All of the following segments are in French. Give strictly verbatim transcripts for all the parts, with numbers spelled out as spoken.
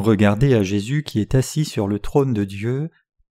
Regardez à Jésus qui est assis sur le trône de Dieu.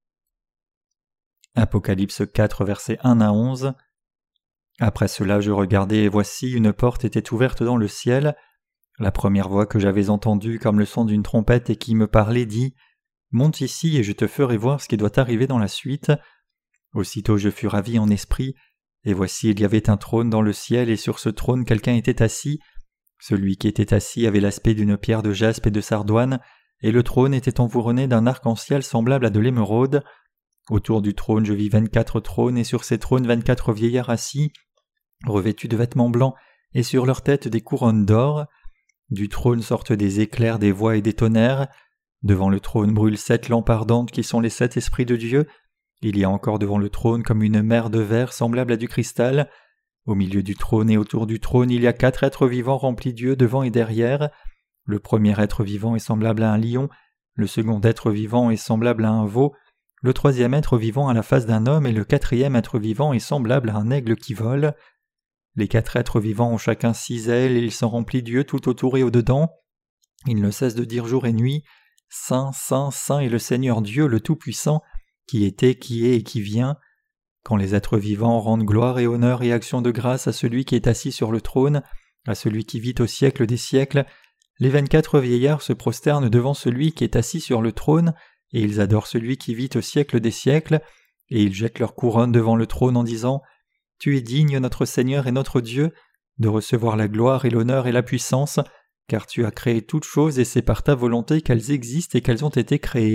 Apocalypse quatre, versets un à onze. Après cela je regardai et voici une porte était ouverte dans le ciel. La première voix que j'avais entendue comme le son d'une trompette et qui me parlait dit « Monte ici et je te ferai voir ce qui doit arriver dans la suite. » Aussitôt je fus ravi en esprit, et voici il y avait un trône dans le ciel et sur ce trône quelqu'un était assis. Celui qui était assis avait l'aspect d'une pierre de jaspe et de sardoine, et le trône était environné d'un arc-en-ciel semblable à de l'émeraude. Autour du trône je vis vingt-quatre trônes, et sur ces trônes vingt-quatre vieillards assis, revêtus de vêtements blancs, et sur leurs têtes des couronnes d'or. Du trône sortent des éclairs, des voix et des tonnerres. Devant le trône brûlent sept lampes ardentes qui sont les sept esprits de Dieu. Il y a encore devant le trône comme une mer de verre semblable à du cristal. Au milieu du trône et autour du trône, il y a quatre êtres vivants remplis d'yeux devant et derrière. Le premier être vivant est semblable à un lion, le second être vivant est semblable à un veau, le troisième être vivant à la face d'un homme et le quatrième être vivant est semblable à un aigle qui vole. Les quatre êtres vivants ont chacun six ailes et ils sont remplis d'yeux tout autour et au-dedans. Ils ne cessent de dire jour et nuit « Saint, Saint, Saint est le Seigneur Dieu, le Tout-Puissant, qui était, qui est et qui vient. » Quand les êtres vivants rendent gloire et honneur et action de grâce à celui qui est assis sur le trône, à celui qui vit au siècle des siècles, les vingt-quatre vieillards se prosternent devant celui qui est assis sur le trône, et ils adorent celui qui vit au siècle des siècles, et ils jettent leur couronne devant le trône en disant « Tu es digne, notre Seigneur et notre Dieu, de recevoir la gloire et l'honneur et la puissance, car tu as créé toutes choses et c'est par ta volonté qu'elles existent et qu'elles ont été créées. »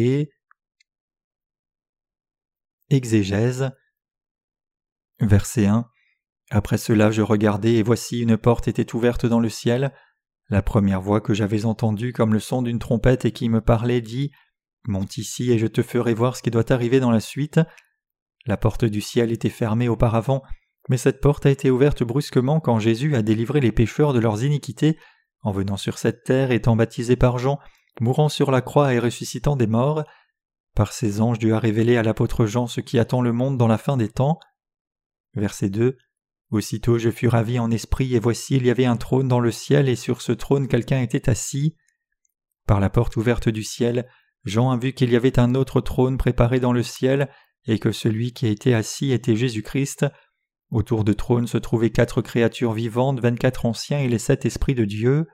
Exégèse. Verset un. Après cela je regardai et voici une porte était ouverte dans le ciel. La première voix que j'avais entendue comme le son d'une trompette et qui me parlait dit « Monte ici et je te ferai voir ce qui doit arriver dans la suite. » La porte du ciel était fermée auparavant, mais cette porte a été ouverte brusquement quand Jésus a délivré les pécheurs de leurs iniquités en venant sur cette terre, étant baptisé par Jean, mourant sur la croix et ressuscitant des morts. Par ses anges Dieu a révélé à l'apôtre Jean ce qui attend le monde dans la fin des temps. Verset deux. Aussitôt je fus ravi en esprit, et voici il y avait un trône dans le ciel, et sur ce trône quelqu'un était assis. Par la porte ouverte du ciel, Jean a vu qu'il y avait un autre trône préparé dans le ciel, et que celui qui était assis était Jésus-Christ. Autour du trône se trouvaient quatre créatures vivantes, vingt-quatre anciens et les sept esprits de Dieu.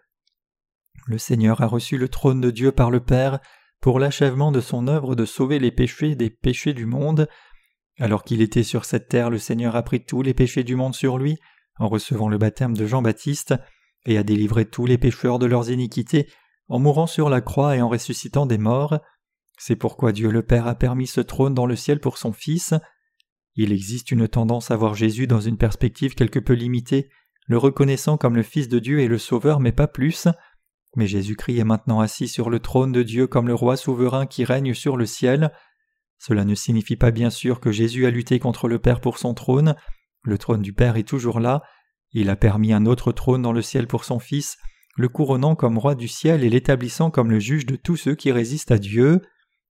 Le Seigneur a reçu le trône de Dieu par le Père pour l'achèvement de son œuvre de sauver les péchés des péchés du monde. Alors qu'il était sur cette terre, le Seigneur a pris tous les péchés du monde sur lui, en recevant le baptême de Jean-Baptiste, et a délivré tous les pécheurs de leurs iniquités, en mourant sur la croix et en ressuscitant des morts. C'est pourquoi Dieu le Père a permis ce trône dans le ciel pour son Fils. Il existe une tendance à voir Jésus dans une perspective quelque peu limitée, le reconnaissant comme le Fils de Dieu et le Sauveur, mais pas plus. Mais Jésus-Christ est maintenant assis sur le trône de Dieu comme le roi souverain qui règne sur le ciel. Cela ne signifie pas bien sûr que Jésus a lutté contre le Père pour son trône. Le trône du Père est toujours là. Il a permis un autre trône dans le ciel pour son Fils, le couronnant comme roi du ciel et l'établissant comme le juge de tous ceux qui résistent à Dieu.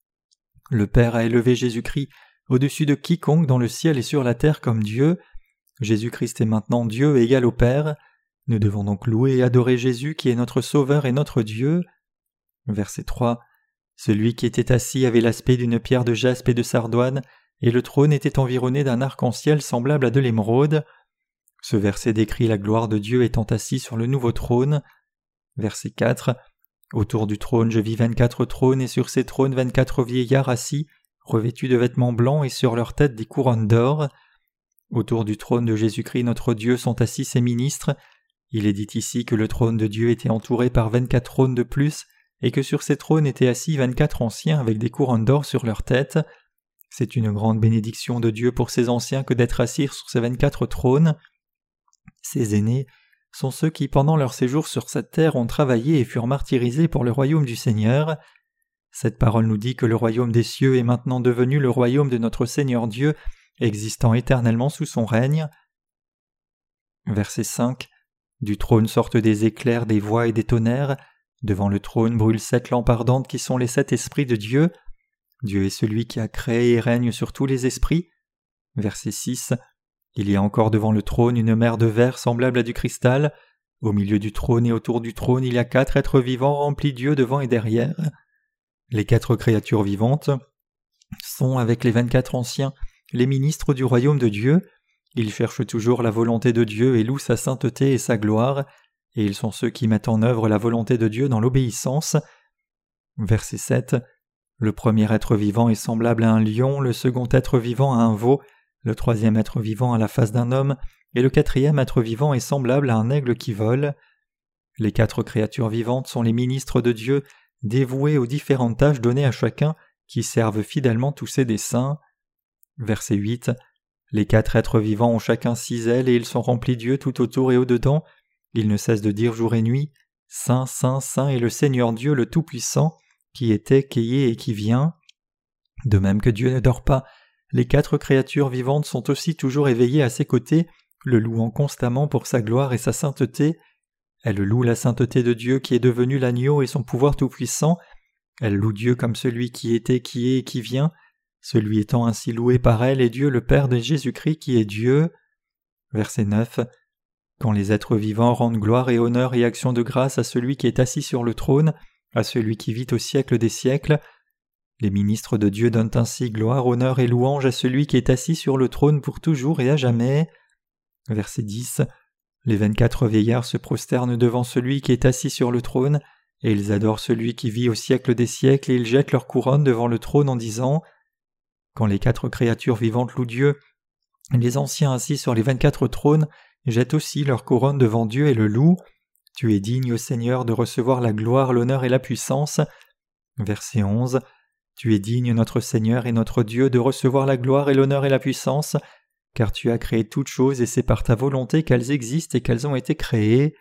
Le Père a élevé Jésus-Christ au-dessus de quiconque dans le ciel et sur la terre comme Dieu. Jésus-Christ est maintenant Dieu égal au Père. Nous devons donc louer et adorer Jésus qui est notre Sauveur et notre Dieu. Verset trois. Celui qui était assis avait l'aspect d'une pierre de jaspe et de sardoine, et le trône était environné d'un arc-en-ciel semblable à de l'émeraude. Ce verset décrit la gloire de Dieu étant assis sur le nouveau trône. Verset quatre. Autour du trône je vis vingt-quatre trônes, et sur ces trônes vingt-quatre vieillards assis, revêtus de vêtements blancs et sur leurs têtes des couronnes d'or. Autour du trône de Jésus-Christ notre Dieu sont assis ses ministres. Il est dit ici que le trône de Dieu était entouré par vingt-quatre trônes de plus, et que sur ces trônes étaient assis vingt-quatre anciens avec des couronnes d'or sur leurs têtes. C'est une grande bénédiction de Dieu pour ces anciens que d'être assis sur ces vingt-quatre trônes. Ces aînés sont ceux qui, pendant leur séjour sur cette terre, ont travaillé et furent martyrisés pour le royaume du Seigneur. Cette parole nous dit que le royaume des cieux est maintenant devenu le royaume de notre Seigneur Dieu, existant éternellement sous son règne. Verset cinq. Du trône sortent des éclairs, des voix et des tonnerres. Devant le trône brûlent sept lampes ardentes qui sont les sept esprits de Dieu. Dieu est celui qui a créé et règne sur tous les esprits. Verset six. Il y a encore devant le trône une mer de verre semblable à du cristal. Au milieu du trône et autour du trône il y a quatre êtres vivants remplis d'yeux devant et derrière. Les quatre créatures vivantes sont, avec les vingt-quatre anciens, les ministres du royaume de Dieu. Ils cherchent toujours la volonté de Dieu et louent sa sainteté et sa gloire, et ils sont ceux qui mettent en œuvre la volonté de Dieu dans l'obéissance. Verset sept. Le premier être vivant est semblable à un lion, le second être vivant à un veau, le troisième être vivant à la face d'un homme, et le quatrième être vivant est semblable à un aigle qui vole. Les quatre créatures vivantes sont les ministres de Dieu, dévoués aux différentes tâches données à chacun, qui servent fidèlement tous ses desseins. Verset huit. Les quatre êtres vivants ont chacun six ailes et ils sont remplis d'yeux tout autour et au-dedans. Ils ne cessent de dire jour et nuit, « Saint, Saint, Saint est le Seigneur Dieu le Tout-Puissant, qui était, qui est et qui vient. » De même que Dieu ne dort pas, les quatre créatures vivantes sont aussi toujours éveillées à ses côtés, le louant constamment pour sa gloire et sa sainteté. Elles louent la sainteté de Dieu qui est devenu l'agneau et son pouvoir tout-puissant. Elles louent Dieu comme celui qui était, qui est et qui vient, celui étant ainsi loué par elles est Dieu le Père de Jésus-Christ qui est Dieu. Verset neuf. Quand les êtres vivants rendent gloire et honneur et action de grâce à celui qui est assis sur le trône, à celui qui vit au siècle des siècles, les ministres de Dieu donnent ainsi gloire, honneur et louange à celui qui est assis sur le trône pour toujours et à jamais. Verset dix. Les vingt-quatre vieillards se prosternent devant celui qui est assis sur le trône, et ils adorent celui qui vit au siècle des siècles, et ils jettent leur couronne devant le trône en disant « Quand les quatre créatures vivantes louent Dieu, les anciens assis sur les vingt-quatre trônes jettent aussi leur couronne devant Dieu et le louent. Tu es digne, ô Seigneur, de recevoir la gloire, l'honneur et la puissance. » Verset onze. Tu es digne, notre Seigneur et notre Dieu, de recevoir la gloire et l'honneur et la puissance, car tu as créé toutes choses et c'est par ta volonté qu'elles existent et qu'elles ont été créées.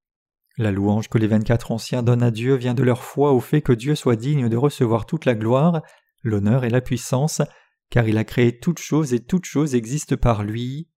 La louange que les vingt-quatre anciens donnent à Dieu vient de leur foi au fait que Dieu soit digne de recevoir toute la gloire, l'honneur et la puissance, car il a créé toutes choses et toutes choses existent par lui.